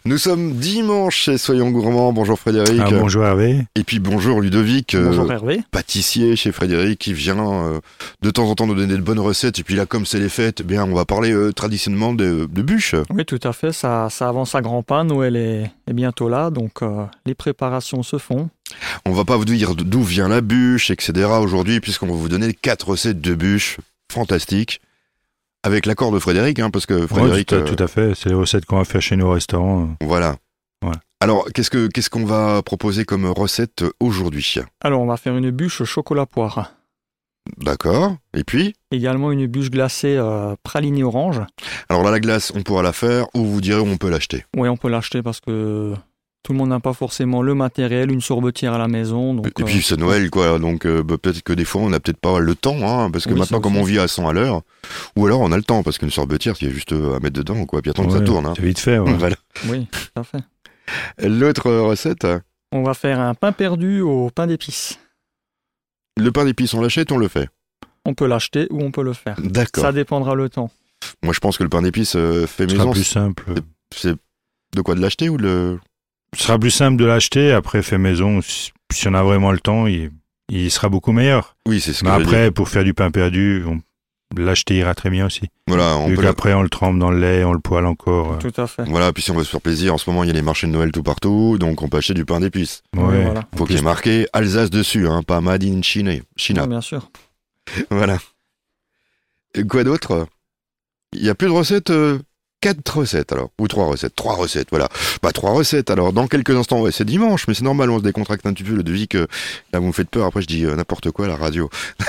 Nous sommes dimanche chez Soyons Gourmands. Bonjour Frédéric. Bonjour Hervé. Et puis bonjour Ludovic, Bonjour Hervé. pâtissier chez Frédéric, qui vient de temps en temps nous donner de bonnes recettes. Et puis là, comme c'est les fêtes, eh bien, on va parler traditionnellement de bûches. Oui, tout à fait. Ça avance à grands pas. Noël est bientôt là, donc les préparations se font. On va pas vous dire d'où vient la bûche, etc. aujourd'hui, puisqu'on va vous donner 4 recettes de bûches fantastiques. Avec l'accord de Frédéric, parce que Frédéric... Ouais, tout à fait, c'est les recettes qu'on va faire chez nous au restaurant. Voilà. Ouais. Alors, qu'est-ce qu'on va proposer comme recette aujourd'hui ? Alors, on va faire une bûche chocolat poire. D'accord. Et puis ? Également une bûche glacée pralinée orange. Alors là, la glace, on pourra la faire, ou vous direz où on peut l'acheter ? Oui, on peut l'acheter parce que tout le monde n'a pas forcément le matériel, une sorbetière à la maison. Donc, et puis c'est Noël, quoi. Donc peut-être que des fois, on n'a peut-être pas le temps, parce que oui, maintenant, comme on vit à 100 à l'heure, ou alors on a le temps, parce qu'une sorbetière, il y a juste à mettre dedans, quoi. Puis attendre que ça tourne. C'est vite fait, ouais. Voilà. Oui, tout à fait. L'autre recette ? On va faire un pain perdu au pain d'épices. Le pain d'épices, on l'achète, on le fait ? On peut l'acheter ou on peut le faire. D'accord. Ça dépendra le temps. Moi, je pense que le pain d'épices fait Ce maison. sera plus simple. C'est de quoi, de l'acheter ou de Ce sera plus simple de l'acheter, après fait maison, si on a vraiment le temps, il sera beaucoup meilleur. Oui, c'est ce que Mais je veux dire. après, pour faire du pain perdu, l'acheter ira très bien aussi. Voilà, on Vu peut qu'après, on le trempe dans le lait, on le poêle encore. Tout à fait. Voilà, puis si on veut se faire plaisir, en ce moment, il y a les marchés de Noël tout partout, donc on peut acheter du pain d'épices. Oui, Ouais. voilà. Faut qu'il y ait marqué Alsace dessus, pas Made in China. Oui, bien sûr. Voilà. Et quoi d'autre ? Il y a plus de recettes 4 recettes alors, ou 3 recettes. 3 recettes, voilà. 3 recettes alors, dans quelques instants, ouais, c'est dimanche, mais c'est normal, on se décontracte un petit peu, le devis que là vous me faites peur, après je dis n'importe quoi à la radio.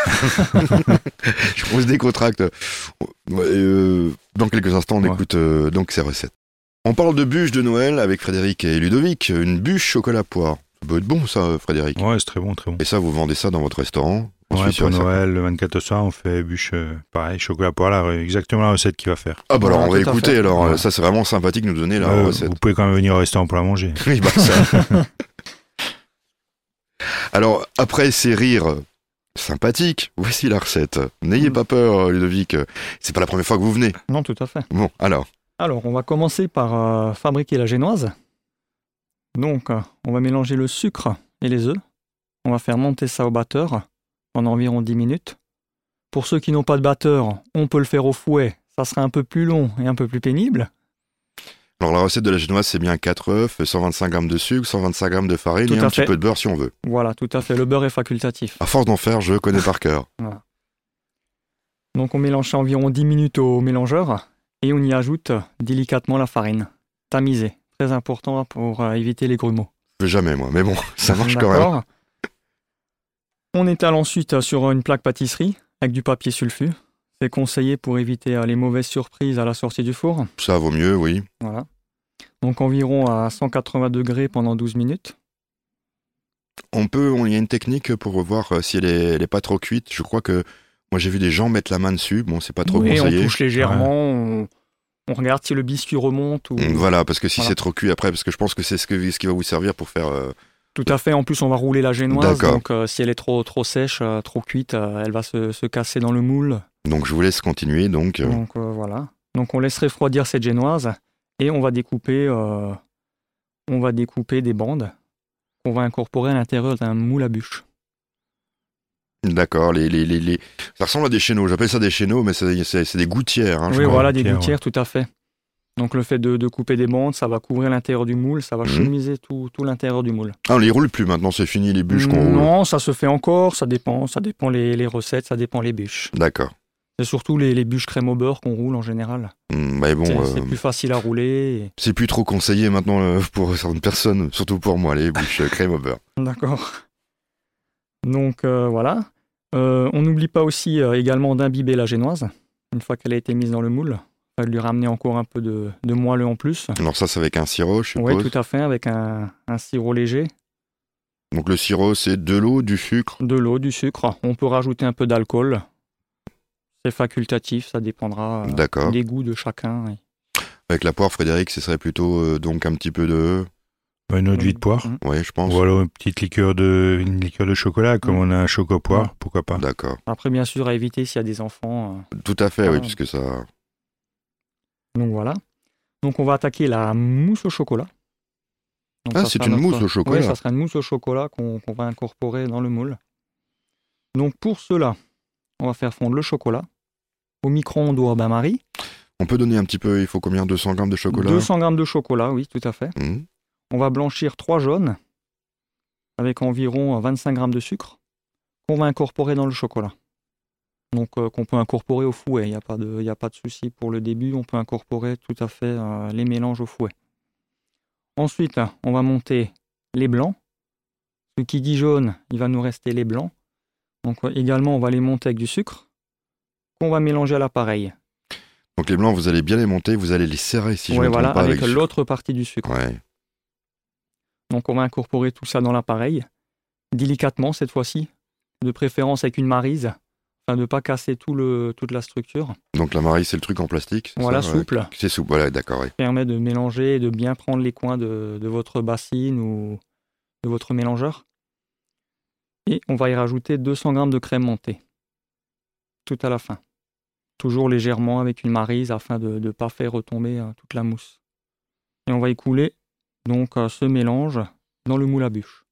On se décontracte. Dans quelques instants, on écoute donc ces recettes. On parle de bûches de Noël avec Frédéric et Ludovic, une bûche chocolat poire. Ça peut être bon ça, Frédéric. Ouais, c'est très bon, très bon. Et ça, vous vendez ça dans votre restaurant ? Ouais, pour Noël, le 24 au soir, on fait bûche, pareil, chocolat poire, là, exactement la recette qu'il va faire. Ah bah alors on va Tout à écouter, fait. alors Ouais. ça c'est vraiment sympathique de nous donner la recette. Vous pouvez quand même venir au restaurant pour la manger. Oui, bah ça. Alors, après ces rires sympathiques, voici la recette. N'ayez pas peur, Ludovic. C'est pas la première fois que vous venez. Non, tout à fait. Bon, alors. Alors, on va commencer par fabriquer la génoise. Donc, on va mélanger le sucre et les œufs. On va faire monter ça au batteur pendant environ 10 minutes. Pour ceux qui n'ont pas de batteur, on peut le faire au fouet. Ça sera un peu plus long et un peu plus pénible. Alors, la recette de la génoise, c'est bien 4 œufs, 125 grammes de sucre, 125 grammes de farine Tout et à un petit fait. peu de beurre si on veut. Voilà, tout à fait. Le beurre est facultatif. À force d'en faire, je connais par cœur. Voilà. Donc, on mélange ça environ 10 minutes au mélangeur et on y ajoute délicatement la farine, tamisée. Très important pour éviter les grumeaux. Je fais jamais, moi. Mais bon, ça marche quand même. D'accord. On étale ensuite sur une plaque pâtisserie avec du papier sulfu. C'est conseillé pour éviter les mauvaises surprises à la sortie du four. Ça vaut mieux, oui. Voilà. Donc environ à 180 degrés pendant 12 minutes. Il y a une technique pour voir si elle est pas trop cuite. Je crois que moi j'ai vu des gens mettre la main dessus. Bon, c'est pas trop Oui, on conseillé. touche légèrement, on regarde si le biscuit remonte. Ou... Voilà, parce que si Voilà. c'est trop cuit après, parce que je pense que c'est ce qui va vous servir pour faire... Tout à fait. En plus, on va rouler la génoise. D'accord. Donc si elle est trop sèche, trop cuite, elle va se casser dans le moule. Donc je vous laisse continuer, donc... Donc voilà. Donc on laisse refroidir cette génoise et on va découper des bandes qu'on va incorporer à l'intérieur d'un moule à bûche. D'accord, ça ressemble à des chéneaux, j'appelle ça des chéneaux, mais c'est des gouttières. Je Oui, crois. voilà, des gouttières, gouttières, tout à fait. Donc le fait de couper des bandes, ça va couvrir l'intérieur du moule, ça va chemiser tout l'intérieur du moule. Ah, on les roule plus maintenant, c'est fini les bûches qu'on roule. Non, ça se fait encore, ça dépend les recettes, ça dépend les bûches. D'accord. C'est surtout les bûches crème au beurre qu'on roule en général. Mais bon, C'est plus facile à rouler. c'est plus trop conseillé maintenant pour certaines personnes, surtout pour moi, les bûches crème au beurre. D'accord. Donc voilà. On n'oublie pas aussi également d'imbiber la génoise, une fois qu'elle a été mise dans le moule. De lui ramener encore un peu de moelleux en plus. Alors ça, c'est avec un sirop, je suppose. Oui, tout à fait, avec un sirop léger. Donc le sirop, c'est de l'eau, du sucre. De l'eau, du sucre. On peut rajouter un peu d'alcool. C'est facultatif, ça dépendra D'accord. des goûts de chacun. Avec la poire, Frédéric, ce serait plutôt donc un petit peu de... Une eau de vie de poire. Oui, je pense. Voilà, une petite liqueur de chocolat, comme on a un choco poire, pourquoi pas. D'accord. Après, bien sûr, à éviter s'il y a des enfants. Tout à fait, oui, Ah. puisque ça... Donc voilà. Donc on va attaquer la mousse au chocolat. Donc, Ah, ça c'est sera une mousse au chocolat. Oui, ça sera une mousse au chocolat qu'on va incorporer dans le moule. Donc pour cela, on va faire fondre le chocolat au micro-ondes ou au bain-marie. On peut donner un petit peu, il faut combien? 200 grammes de chocolat? 200 grammes de chocolat, oui, tout à fait. Mhm. On va blanchir 3 jaunes avec environ 25 grammes de sucre qu'on va incorporer dans le chocolat. Donc qu'on peut incorporer au fouet, il n'y a pas de souci pour le début, on peut incorporer tout à fait les mélanges au fouet. Ensuite, on va monter les blancs. Ce qui dit jaune, il va nous rester les blancs. Donc également, on va les monter avec du sucre qu'on va mélanger à l'appareil. Donc les blancs, vous allez bien les monter, vous allez les serrer si je ne me voilà, trompe pas avec avec l'autre partie du sucre. Ouais. Donc on va incorporer tout ça dans l'appareil, délicatement cette fois-ci, de préférence avec une maryse, afin de ne pas casser toute la structure. Donc la Marie, c'est le truc en plastique, c'est Voilà, ça? souple. C'est souple, voilà, d'accord. Ouais. Permet de mélanger et de bien prendre les coins de votre bassine ou de votre mélangeur. Et on va y rajouter 200 grammes de crème montée, tout à la fin. Toujours légèrement avec une maryse afin de ne pas faire retomber toute la mousse. Et on va écouler donc ce mélange dans le moule à bûche.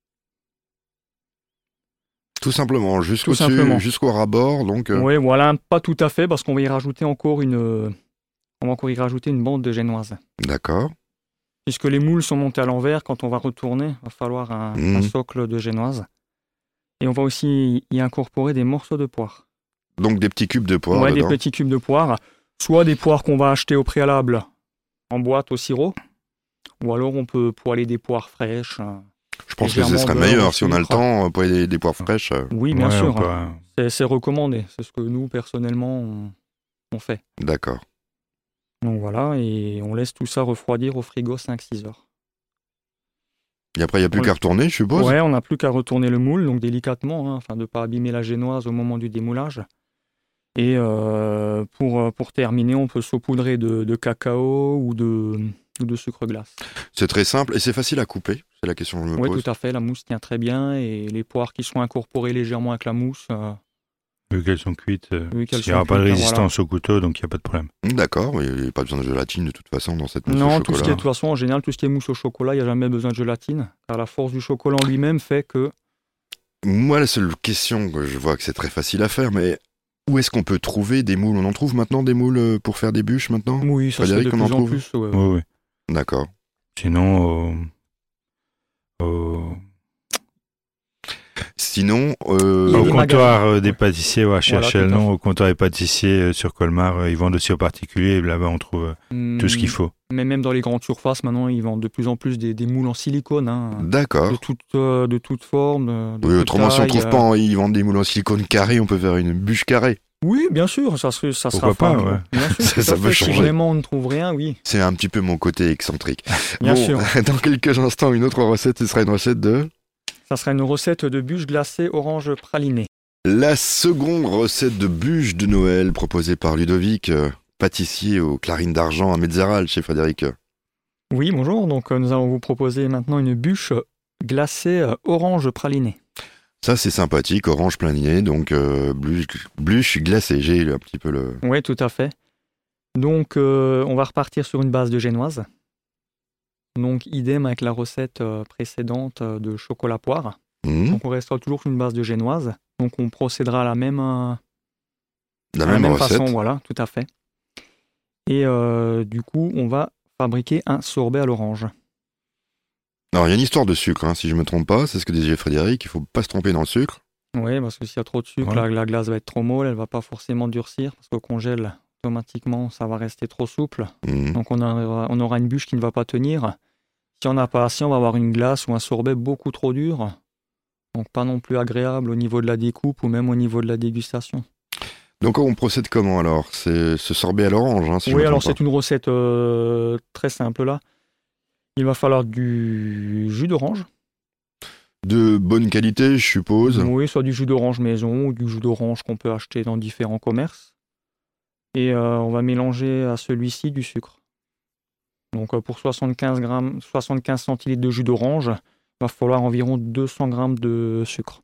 Tout simplement, Tout simplement. jusqu'au ras-bord, donc... Oui, voilà, pas tout à fait, parce qu'on va y rajouter encore une bande de génoise. D'accord. Puisque les moules sont montés à l'envers, quand on va retourner, il va falloir un socle de génoise. Et on va aussi y incorporer des morceaux de poire. Donc des petits cubes de poire Ouais, dedans. des petits cubes de poire. Soit des poires qu'on va acheter au préalable en boîte au sirop, ou alors on peut poêler des poires fraîches. Je pense que ce légèrement serait beurre meilleur au si on a le sucre. temps, poêler des poires fraîches. Oui, bien Ouais, sûr. on peut- C'est recommandé. C'est ce que nous, personnellement, on fait. D'accord. Donc voilà, et on laisse tout ça refroidir au frigo 5-6 heures. Et après, il n'y a plus Ouais. qu'à retourner, je suppose? Ouais, on n'a plus qu'à retourner le moule, donc délicatement, afin de ne pas abîmer la génoise au moment du démoulage. Et pour terminer, on peut saupoudrer de cacao ou de sucre glace. C'est très simple et c'est facile à couper, c'est la question que je me Oui, pose. tout à fait, la mousse tient très bien, et les poires qui sont incorporées légèrement avec la mousse, Vu qu'elles sont cuites, vu qu'elles il n'y aura sont pas de cuites, résistance au couteau, donc il n'y a pas de problème. D'accord, mais il n'y a pas besoin de gélatine de toute façon dans cette mousse au Non, chocolat. de toute façon, en général, tout ce qui est mousse au chocolat, il n'y a jamais besoin de gélatine, car la force du chocolat en lui-même fait que... Moi, la seule question, que je vois que c'est très facile à faire, mais où est-ce qu'on peut trouver des moules? On en trouve maintenant des moules pour faire des bûches maintenant? Oui, ça se fait Frédéric, de on en plus en trouve plus. Ouais. Oui, oui. D'accord. Sinon, au Sinon, au des comptoir magasins. des pâtissiers, ouais, cherchez tout le à nom, fait. au comptoir des pâtissiers sur Colmar, ils vendent aussi aux particuliers, et là-bas on trouve tout ce qu'il faut. Mais même dans les grandes surfaces, maintenant, ils vendent de plus en plus des moules en silicone, d'accord. de toute forme, de Oui, toute autrement, si on taille, trouve pas, ils vendent des moules en silicone carré, on peut faire une bûche carrée. Oui, bien sûr, ça sera Pourquoi pas, fin. ouais. Bien sûr, Ça, tout à ça peut fait. changer. Si vraiment on ne trouve rien, oui, C'est un petit peu mon côté excentrique. bien Bon, sûr. dans quelques instants, une autre recette, ce sera une recette de... Ça sera une recette de bûche glacée orange pralinée. La seconde recette de bûche de Noël proposée par Ludovic, pâtissier aux Clarines d'Argent à Metzeral chez Frédéric. Oui, bonjour. Donc, nous allons vous proposer maintenant une bûche glacée orange pralinée. Ça, c'est sympathique, orange praliné, donc bûche glacée. J'ai un petit peu le... Oui, tout à fait. Donc, on va repartir sur une base de génoise. Donc, idem avec la recette précédente de chocolat poire. Mhm. Donc, on restera toujours sur une base de génoise. Donc, on procédera à la même, La à même recette. façon, voilà, tout à fait. Et du coup, on va fabriquer un sorbet à l'orange. Alors, il y a une histoire de sucre, hein, si je me trompe pas, c'est ce que disait Frédéric, il faut pas se tromper dans le sucre. Oui, parce que s'il y a trop de sucre, Ouais. la glace va être trop molle, elle va pas forcément durcir, parce qu'au congèle, automatiquement, ça va rester trop souple. Mhm. Donc on aura une bûche qui ne va pas tenir. Si on n'a pas assez, on va avoir une glace ou un sorbet beaucoup trop dur. Donc pas non plus agréable au niveau de la découpe ou même au niveau de la dégustation. Donc, on procède comment alors? C'est ce sorbet à l'orange, hein, si je Oui, me alors trompe c'est une recette très simple là. Il va falloir du jus d'orange. pas. De bonne qualité, je suppose. Oui, soit du jus d'orange maison ou du jus d'orange qu'on peut acheter dans différents commerces. Et on va mélanger à celui-ci du sucre. Donc pour 75 centilitres de jus d'orange, il va falloir environ 200 grammes de sucre.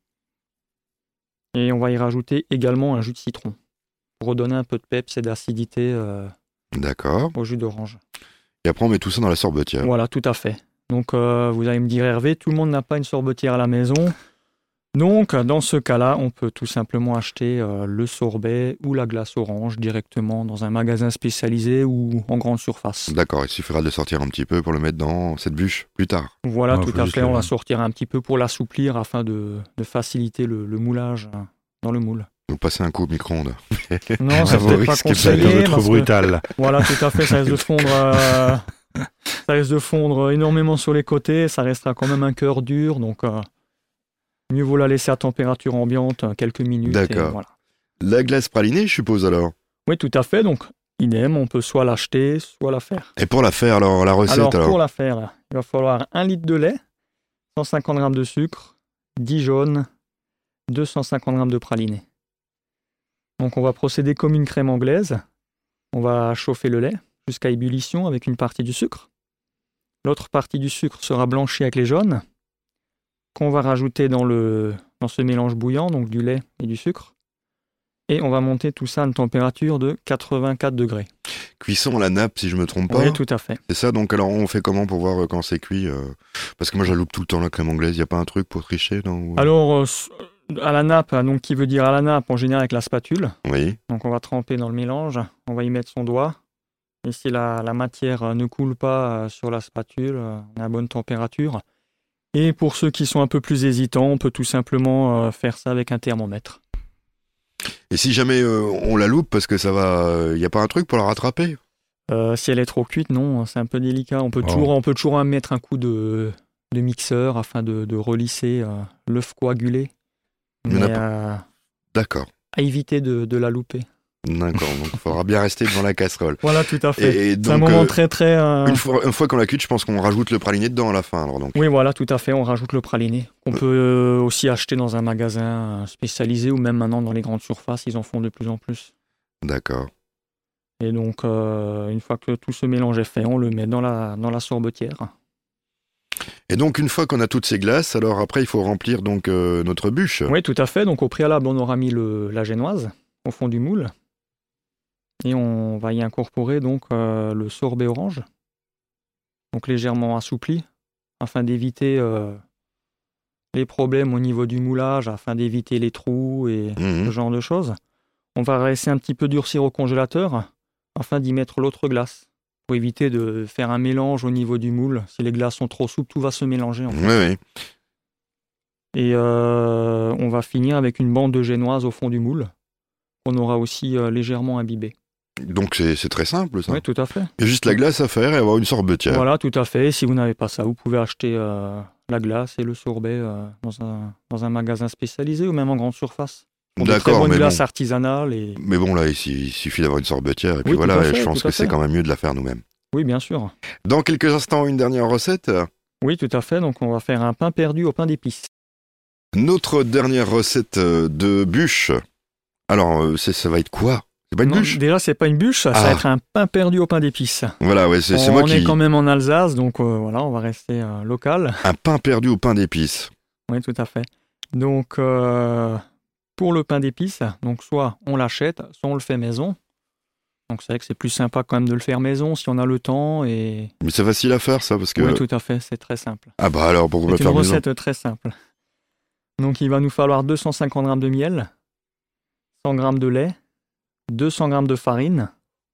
Et on va y rajouter également un jus de citron pour redonner un peu de peps et d'acidité D'accord. au jus d'orange. Et après, on met tout ça dans la sorbetière. Voilà, tout à fait. Donc, vous allez me dire, Hervé, tout le monde n'a pas une sorbetière à la maison. Donc, dans ce cas-là, on peut tout simplement acheter le sorbet ou la glace orange directement dans un magasin spécialisé ou en grande surface. D'accord, il suffira de le sortir un petit peu pour le mettre dans cette bûche plus tard. Voilà, Ouais, tout faut à juste fait. le- On va sortir un petit peu pour l'assouplir afin de faciliter le moulage dans le moule. Vous passez un coup au micro-ondes. Non, c'est Vous peut-être pas risquez Ça va être conseillé. trop parce que- brutal. Voilà, tout à fait. Ça risque de fondre. Ça risque de fondre énormément sur les côtés. Ça restera quand même un cœur dur. Donc, mieux vaut la laisser à température ambiante quelques minutes. D'accord. Et voilà. La glace pralinée, je suppose alors. Oui, tout à fait. Donc, idem, on peut soit l'acheter, soit la faire. Et pour la faire, alors, la recette, alors, Pour la faire, il va falloir 1 litre de lait, 150 g de sucre, 10 jaunes, 250 g de praliné. Donc, on va procéder comme une crème anglaise. On va chauffer le lait jusqu'à ébullition avec une partie du sucre. L'autre partie du sucre sera blanchie avec les jaunes, qu'on va rajouter dans ce mélange bouillant, donc du lait et du sucre. Et on va monter tout ça à une température de 84 degrés. cuisson à la nappe, si je me trompe pas. Oui, tout à fait. C'est ça, donc alors on fait comment pour voir quand c'est cuit Parce que moi, je la loupe tout le temps, la crème anglaise. Il n'y a pas un truc pour tricher, non Alors, à la nappe, donc qui veut dire à la nappe, en général avec la spatule. Oui, Donc on va tremper dans le mélange, on va y mettre son doigt. Et si la matière ne coule pas sur la spatule, on est à bonne température. Et pour ceux qui sont un peu plus hésitants, on peut tout simplement faire ça avec un thermomètre. et si jamais on la loupe, parce que ça va... Il n'y a pas un truc pour la rattraper Si elle est trop cuite, non, c'est un peu délicat. On peut Oh. toujours mettre un coup de mixeur afin de relisser l'œuf coagulé. Il y en a Mais D'accord, à éviter de la louper. d'accord, donc il faudra bien rester devant la casserole. Voilà, tout à fait. Et C'est un donc, moment très... une fois qu'on l'a cuite, je pense qu'on rajoute le praliné dedans à la fin, alors donc. Oui, voilà, tout à fait. On rajoute le praliné. On peut aussi acheter dans un magasin spécialisé ou même maintenant dans les grandes surfaces. Ils en font de plus en plus. D'accord. Et donc, une fois que tout ce mélange est fait, on le met dans la sorbetière. Et donc, une fois qu'on a toutes ces glaces, alors après, il faut remplir donc notre bûche. Oui, tout à fait. Donc, au préalable, on aura mis la génoise au fond du moule. Et on va y incorporer donc le sorbet orange. Donc, légèrement assoupli afin d'éviter les problèmes au niveau du moulage, afin d'éviter les trous et Mhm. ce genre de choses. On va laisser un petit peu durcir au congélateur afin d'y mettre l'autre glace pour éviter de faire un mélange au niveau du moule. Si les glaces sont trop souples, tout va se mélanger. En fait. Oui, oui. Et on va finir avec une bande de génoise au fond du moule qu'on aura aussi légèrement imbibée. Donc, c'est très simple, ça. Oui, tout à fait. Il y a juste la glace à faire et avoir une sorbetière. Voilà, tout à fait. Si vous n'avez pas ça, vous pouvez acheter la glace et le sorbet dans un magasin spécialisé ou même en grande surface. Pour de très D'accord, bonnes mais glaces bon. artisanales. Et... Mais bon, là, il suffit d'avoir une sorbetière. Et puis Oui, tout voilà, à fait, je pense tout à que c'est fait. quand même mieux de la faire nous-mêmes. Oui, bien sûr. Dans quelques instants, une dernière recette. Oui, tout à fait. Donc, on va faire un pain perdu au pain d'épices. Notre dernière recette de bûche. Alors, ça va être quoi? C'est pas une Non, bûche? déjà, c'est pas une bûche, ça Ah. va être un pain perdu au pain d'épices. Voilà, ouais, c'est On moi est qui... quand même en Alsace, donc voilà, on va rester local. Un pain perdu au pain d'épices. Oui, tout à fait. Donc, pour le pain d'épices, donc soit on l'achète, soit on le fait maison. Donc, c'est vrai que c'est plus sympa quand même de le faire maison si on a le temps. Et... Mais c'est facile à faire, ça, parce que... Oui, tout à fait, c'est très simple. Ah bah alors, pourquoi pas C'est le une faire maison? recette très simple. Donc, il va nous falloir 250 g de miel, 100 g de lait, 200 g de farine,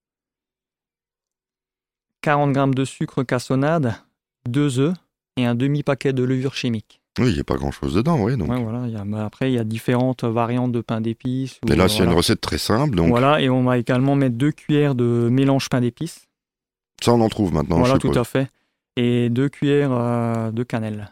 40 g de sucre cassonade, 2 œufs et un demi-paquet de levure chimique. Oui, il n'y a pas grand-chose dedans, oui. Donc. Ouais, voilà, après, il y a différentes variantes de pain d'épices. Mais là, c'est voilà. une recette très simple, donc Voilà, et on va également mettre 2 cuillères de mélange pain d'épices. ça, on en trouve maintenant, Voilà, je tout suppose. à fait. Et 2 cuillères de cannelle.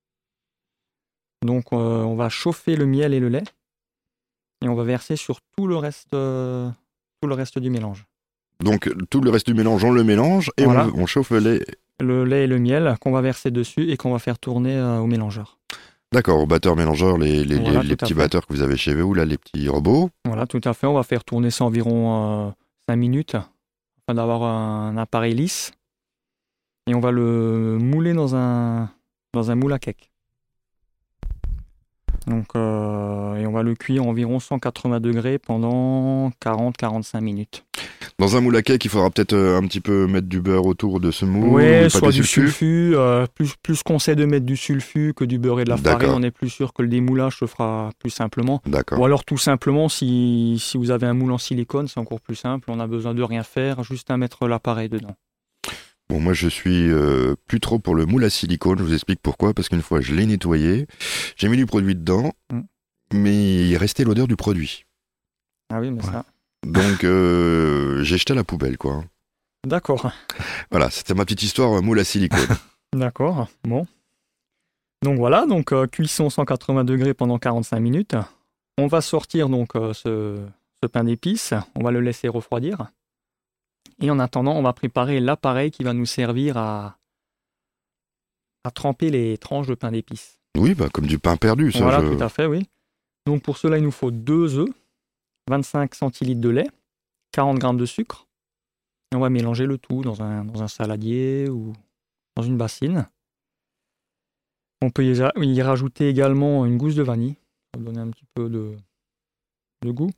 Donc, on va chauffer le miel et le lait. Et on va verser sur tout le reste du mélange. Donc, tout le reste du mélange, on le mélange et Voilà. on chauffe le lait. Le lait et le miel qu'on va verser dessus et qu'on va faire tourner au mélangeur. D'accord, au batteur mélangeur, les Voilà, tout à petits fait. batteurs que vous avez chez vous, là, les petits robots. Voilà, tout à fait. On va faire tourner ça environ 5 minutes afin d'avoir un appareil lisse. Et on va le mouler dans un moule à cake. Donc, et on va le cuire environ 180 degrés pendant 40-45 minutes. Dans un moule à cake, il faudra peut-être un petit peu mettre du beurre autour de ce moule. Ouais, soit pâté du sulfus. Plus conseil de mettre du sulfus que du beurre et de la farine. D'accord. On est plus sûr que le démoulage se fera plus simplement. D'accord. Ou alors tout simplement, si vous avez un moule en silicone, c'est encore plus simple. On a besoin de rien faire, juste à mettre l'appareil dedans. Bon, moi, je suis plus trop pour le moule à silicone. Je vous explique pourquoi. Parce qu'une fois, je l'ai nettoyé. J'ai mis du produit dedans. Mais il restait l'odeur du produit. Ah oui, mais ça... Donc, j'ai jeté à la poubelle, quoi. D'accord. Voilà, c'était ma petite histoire moule à silicone. D'accord, bon. Donc voilà, cuisson 180 degrés pendant 45 minutes. On va sortir donc ce pain d'épices, on va le laisser refroidir. Et en attendant, on va préparer l'appareil qui va nous servir à tremper les tranches de pain d'épices. Oui, bah, comme du pain perdu, ça. Voilà, tout à fait, oui. Donc pour cela, il nous faut 2 œufs, 25 centilitres de lait, 40 grammes de sucre. Et on va mélanger le tout dans un saladier ou dans une bassine. On peut y rajouter également une gousse de vanille pour donner un petit peu de goût.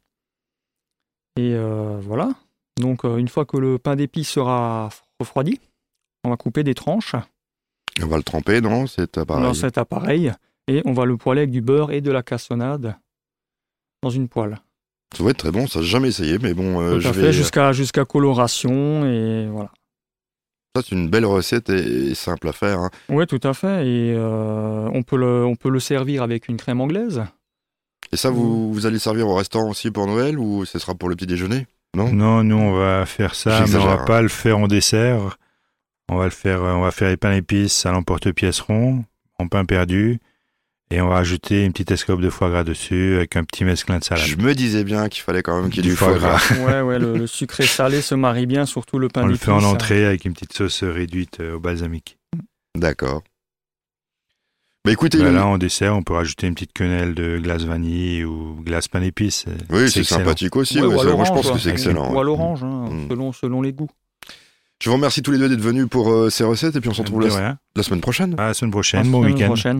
Et voilà. Donc une fois que le pain d'épices sera refroidi, on va couper des tranches On va le tremper dans cet appareil. dans cet appareil et on va le poêler avec du beurre et de la cassonade dans une poêle. Ça va être très bon, ça j'ai jamais essayé, mais bon, Tout je à vais... fait, jusqu'à coloration et voilà. Ça, c'est une belle recette et simple à faire. Hein. Oui, tout à fait. Et on peut le servir avec une crème anglaise. Et ça, vous allez servir au restaurant aussi pour Noël ou ce sera pour le petit déjeuner? Non. Non, nous on va faire ça, mais on J'exagère, va pas le faire en dessert. On va faire les pains d'épices à l'emporte-pièce rond, en pain perdu, et on va ajouter une petite escope de foie gras dessus avec un petit mesclin de salade. Je me disais bien qu'il fallait quand même qu'il y ait du foie gras. Ouais, le sucré salé se marie bien, surtout le pain On le d'épices. fait en entrée avec une petite sauce réduite au balsamique. D'accord. Bah écoutez, Là, en dessert, on peut rajouter une petite quenelle de glace vanille ou glace pain d'épices. oui, c'est excellent. sympathique aussi. Ouais, ouais, ou à ça, moi, je l'orange, pense que c'est ouais. excellent. Ou à l'orange, hein, Mm. selon les goûts. Je vous remercie tous les deux d'être venus pour ces recettes et puis on se retrouve De la rien. semaine prochaine. À la semaine À prochaine. la Bon semaine week-end. prochaine.